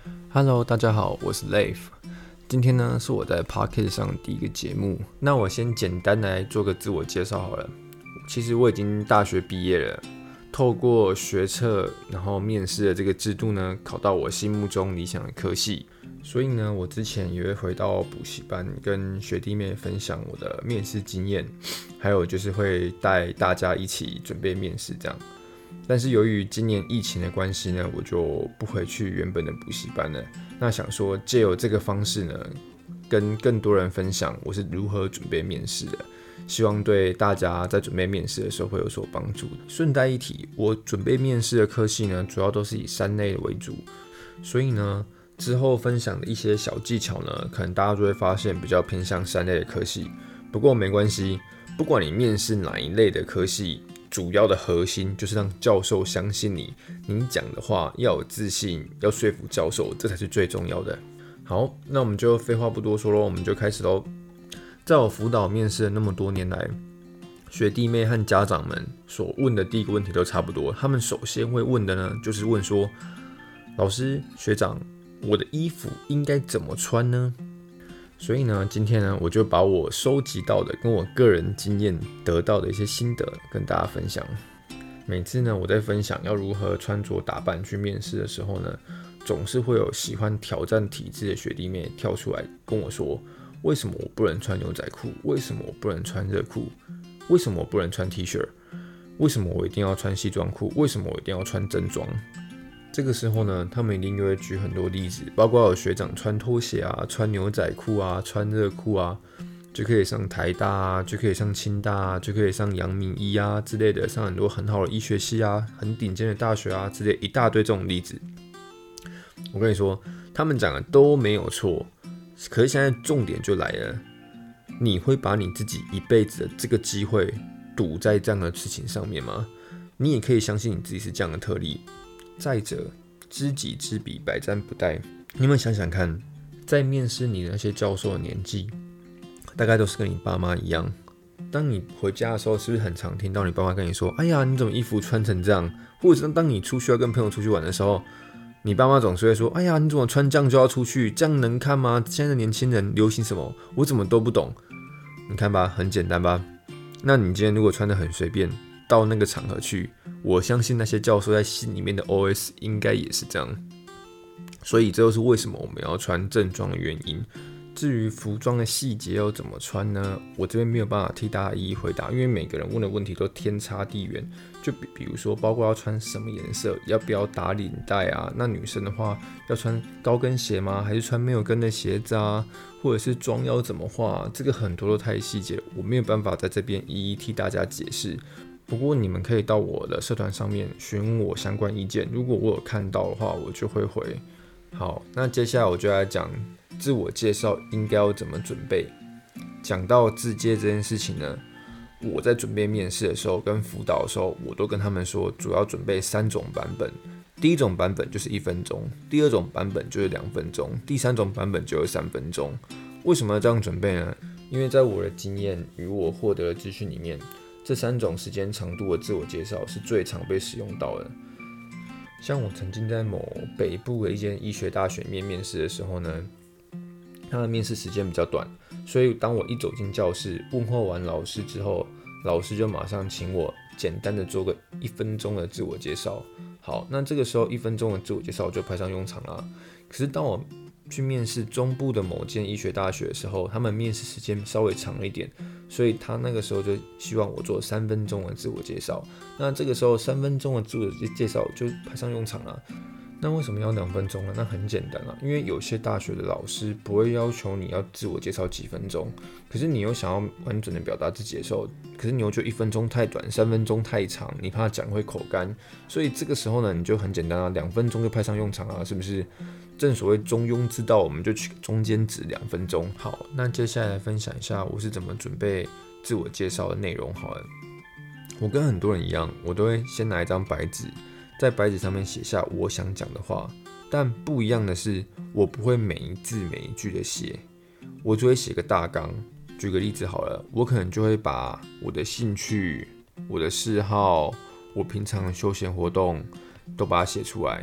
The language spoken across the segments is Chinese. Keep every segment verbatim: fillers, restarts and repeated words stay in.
Hello， 大家好，我是 Leif。今天呢是我在 Podcast 上的第一个节目。那我先简单来做个自我介绍好了。其实我已经大学毕业了，透过学测，然后面试的这个制度呢，考到我心目中理想的科系。所以呢，我之前也会回到补习班，跟学弟妹分享我的面试经验，还有就是会带大家一起准备面试这样。但是由于今年疫情的关系呢，我就不回去原本的补习班了。那想说借由这个方式呢，跟更多人分享我是如何准备面试的，希望对大家在准备面试的时候会有所帮助。顺带一提，我准备面试的科系呢，主要都是以三类为主，所以呢，之后分享的一些小技巧呢，可能大家就会发现比较偏向三类的科系。不过没关系，不管你面试哪一类的科系，主要的核心就是让教授相信你，你讲的话要有自信，要说服教授，这才是最重要的。好，那我们就废话不多说咯，我们就开始咯。在我辅导面试的那么多年来，学弟妹和家长们所问的第一个问题都差不多，他们首先会问的呢，就是问说，老师、学长，我的衣服应该怎么穿呢？所以呢，今天呢，我就把我收集到的跟我个人经验得到的一些心得跟大家分享。每次呢，我在分享要如何穿着打扮去面试的时候呢，总是会有喜欢挑战体制的学弟妹跳出来跟我说，为什么我不能穿牛仔裤？为什么我不能穿热裤？为什么我不能穿 T 恤？为什么我一定要穿西装裤？为什么我一定要穿正装？这个时候呢，他们一定就会举很多例子，包括有学长穿拖鞋啊、穿牛仔裤啊、穿热裤啊，就可以上台大啊，就可以上清大啊，就可以上阳明医啊之类的，上很多很好的医学系啊、很顶尖的大学啊之类一大堆这种例子。我跟你说，他们讲的都没有错，可是现在重点就来了，你会把你自己一辈子的这个机会赌在这样的事情上面吗？你也可以相信你自己是这样的特例。再者，知己知彼，百战不殆。你们想想看，在面试你的那些教授的年纪，大概都是跟你爸妈一样。当你回家的时候，是不是很常听到你爸妈跟你说：“哎呀，你怎么衣服穿成这样？”或者是当你出去要跟朋友出去玩的时候，你爸妈总是会说：“哎呀，你怎么穿这样就要出去？这样能看吗？现在的年轻人流行什么？我怎么都不懂。”你看吧，很简单吧？那你今天如果穿得很随便，到那个场合去，我相信那些教授在心里面的 O S 应该也是这样。所以这就是为什么我们要穿正装的原因。至于服装的细节要怎么穿呢？我这边没有办法替大家一一回答，因为每个人问的问题都天差地远。就 比, 比如说，包括要穿什么颜色，要不要打领带啊？那女生的话，要穿高跟鞋吗？还是穿没有跟的鞋子啊？或者是妆要怎么画？这个很多都太细节，我没有办法在这边一一替大家解释。不过你们可以到我的社团上面询问我相关意见，如果我有看到的话，我就会回。好，那接下来我就来讲自我介绍应该要怎么准备。讲到自介这件事情呢，我在准备面试的时候跟辅导的时候，我都跟他们说，主要准备三种版本。第一种版本就是一分钟，第二种版本就是两分钟，第三种版本就是三分钟。为什么要这样准备呢？因为在我的经验与我获得的资讯里面，这三种时间长度的自我介绍是最常被使用到的。像我曾经在某北部的一间医学大学里面面试的时候呢，他的面试时间比较短，所以当我一走进教室，问候完老师之后，老师就马上请我简单的做个一分钟的自我介绍。好，那这个时候一分钟的自我介绍就派上用场了。可是当我去面试中部的某间医学大学的时候，他们面试时间稍微长了一点，所以他那个时候就希望我做三分钟的自我介绍。那这个时候三分钟的自我介绍就派上用场了。那为什么要两分钟呢？那很简单啊，因为有些大学的老师不会要求你要自我介绍几分钟，可是你又想要完整的表达自己的时候，可是你又觉得一分钟太短，三分钟太长，你怕讲会口干，所以这个时候呢，你就很简单啊，两分钟就派上用场啊，是不是？正所谓中庸之道，我们就取中间值两分钟。好，那接下来分享一下我是怎么准备自我介绍的内容好了。我跟很多人一样，我都会先拿一张白纸，在白纸上面写下我想讲的话，但不一样的是，我不会每一字每一句的写，我就会写个大纲。举个例子好了，我可能就会把我的兴趣、我的嗜好、我平常的休闲活动都把它写出来。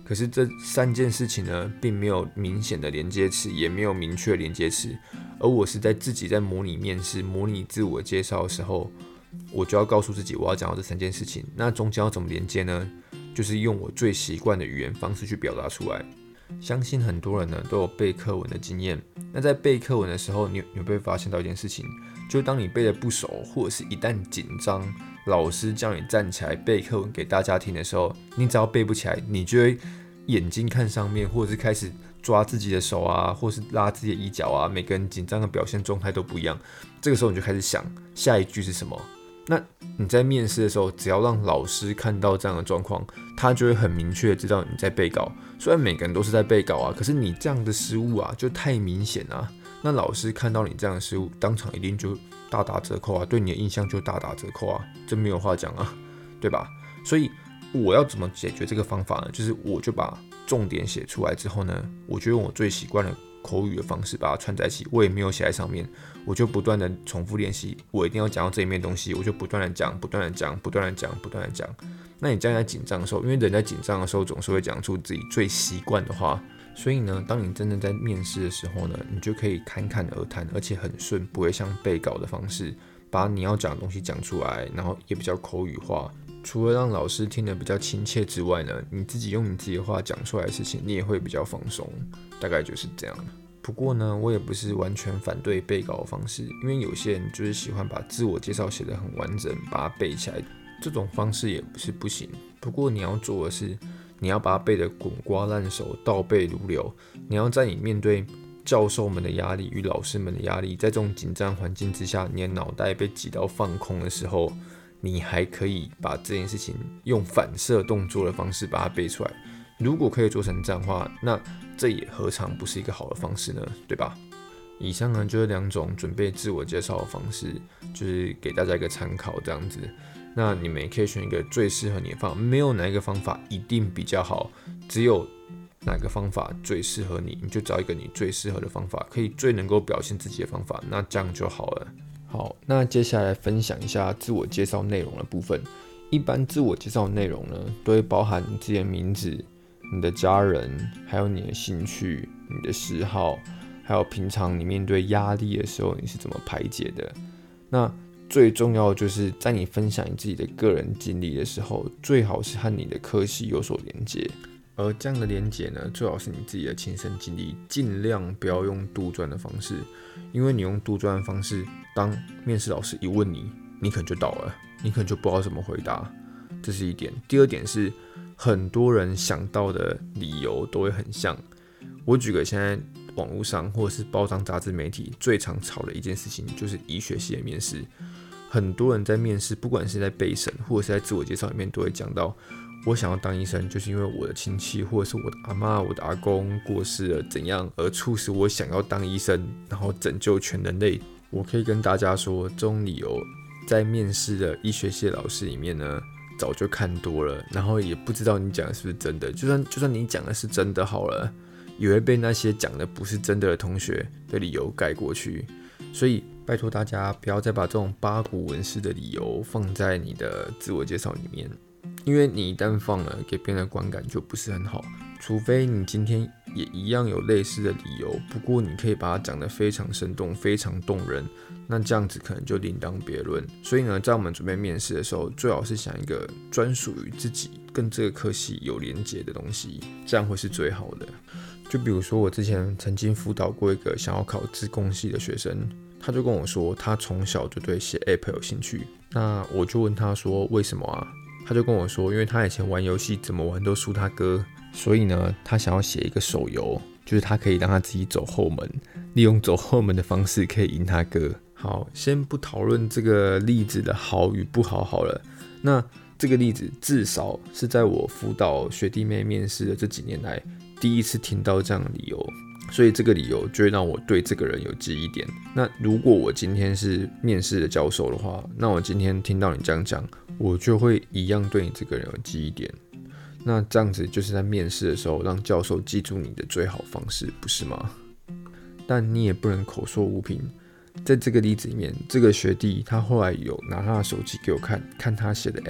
可是这三件事情呢，并没有明显的连接词，也没有明确的连接词。而我是在自己在模拟面试、模拟自我介绍的时候，我就要告诉自己我要讲到这三件事情。那中间要怎么连接呢？就是用我最习惯的语言方式去表达出来。相信很多人呢都有背课文的经验。那在背课文的时候，你有没有发现到一件事情？就当你背得不熟，或者是一旦紧张，老师叫你站起来背课文给大家听的时候，你只要背不起来，你就会眼睛看上面，或者是开始抓自己的手啊，或是拉自己的衣角啊。每个人紧张的表现状态都不一样。这个时候你就开始想下一句是什么。那你在面试的时候，只要让老师看到这样的状况，他就会很明确的知道你在背稿。虽然每个人都是在背稿啊，可是你这样的失误啊，就太明显啊。那老师看到你这样的失误，当场一定就大打折扣啊，对你的印象就大打折扣啊，这没有话讲啊，对吧？所以我要怎么解决这个方法呢？就是我就把重点写出来之后呢，我就用我最习惯的口语的方式把它串在一起，我也没有写在上面，我就不断的重复练习，我一定要讲到这一面东西，我就不断的讲，不断的讲，不断的讲，不断的讲。那你这样在紧张的时候，因为人在紧张的时候总是会讲出自己最习惯的话，所以呢，当你真的在面试的时候呢，你就可以侃侃而谈，而且很顺，不会像背稿的方式把你要讲的东西讲出来，然后也比较口语化。除了让老师听得比较亲切之外呢，你自己用你自己的话讲出来的事情，你也会比较放松，大概就是这样。不过呢，我也不是完全反对背稿的方式，因为有些人就是喜欢把自我介绍写得很完整，把它背起来，这种方式也不是不行。不过你要做的是，你要把它背得滚瓜烂熟，倒背如流。你要在你面对教授们的压力与老师们的压力，在这种紧张环境之下，你的脑袋被挤到放空的时候，你还可以把这件事情用反射动作的方式把它背出来。如果可以做成这样的话，那这也何尝不是一个好的方式呢？对吧？以上呢就是两种准备自我介绍的方式，就是给大家一个参考这样子。那你们也可以选一个最适合你的方法，没有哪一个方法一定比较好，只有哪个方法最适合你，你就找一个你最适合的方法，可以最能够表现自己的方法，那这样就好了。好，那接下来分享一下自我介绍内容的部分。一般自我介绍内容呢，都会包含你自己的名字、你的家人，还有你的兴趣、你的嗜好，还有平常你面对压力的时候你是怎么排解的。那最重要的就是在你分享你自己的个人经历的时候，最好是和你的科系有所连接。而这样的连结呢，最好是你自己的亲身经历，尽量不要用杜撰的方式，因为你用杜撰的方式，当面试老师一问你，你可能就倒了，你可能就不知道怎么回答，这是一点。第二点是，很多人想到的理由都会很像。我举个现在网络上或者是报章杂志媒体最常吵的一件事情，就是医学系的面试。很多人在面试，不管是在备审或者是在自我介绍里面，都会讲到，我想要当医生，就是因为我的亲戚或者是我的阿嬷、我的阿公过世了，怎样而促使我想要当医生，然后拯救全人类。我可以跟大家说，这种理由在面试的医学系的老师里面呢，早就看多了，然后也不知道你讲的是不是真的。就算就算你讲的是真的好了，也会被那些讲的不是真的的同学的理由盖过去。所以拜托大家不要再把这种八股文式的理由放在你的自我介绍里面，因为你一旦放了，给别人的观感就不是很好。除非你今天也一样有类似的理由，不过你可以把它讲得非常生动、非常动人，那这样子可能就另当别论。所以呢，在我们准备面试的时候，最好是想一个专属于自己跟这个科系有连结的东西，这样会是最好的。就比如说我之前曾经辅导过一个想要考资工系的学生，他就跟我说他从小就对写 App 有兴趣。那我就问他说为什么啊？他就跟我说，因为他以前玩游戏怎么玩都输他哥，所以呢，他想要写一个手游，就是他可以让他自己走后门，利用走后门的方式可以赢他哥。好，先不讨论这个例子的好与不好好了。那这个例子至少是在我辅导学弟妹面试的这几年来，第一次听到这样的理由，所以这个理由就会让我对这个人有记忆点。那如果我今天是面试的教授的话，那我今天听到你这样讲，我就会一样对你这个人有记忆点。那这样子就是在面试的时候让教授记住你的最好方式，不是吗？但你也不能口说无凭。在这个例子里面，这个学弟他后来有拿他的手机给我看，看他写的 app，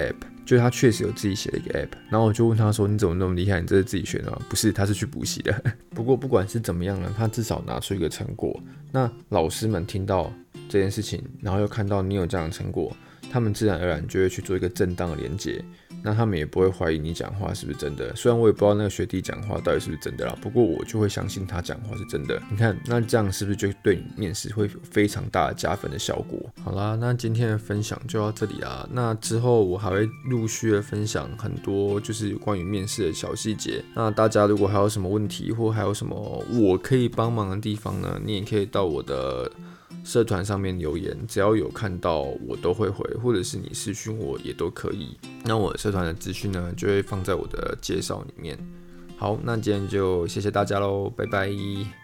就他确实有自己写了一个 app， 然后我就问他说：“你怎么那么厉害？你这是自己学的吗？”不是，他是去补习的。不过不管是怎么样呢，他至少拿出一个成果。那老师们听到这件事情，然后又看到你有这样的成果，他们自然而然就会去做一个正当的连结。那他们也不会怀疑你讲话是不是真的，虽然我也不知道那个学弟讲话到底是不是真的啦，不过我就会相信他讲话是真的。你看，那这样是不是就对你面试会有非常大的加分的效果？好啦，那今天的分享就到这里啦。那之后我还会陆续的分享很多就是关于面试的小细节。那大家如果还有什么问题，或还有什么我可以帮忙的地方呢，你也可以到我的社团上面留言，只要有看到我都会回，或者是你私讯我也都可以。那我社团的资讯呢，就会放在我的介绍里面。好，那今天就谢谢大家喽，拜拜。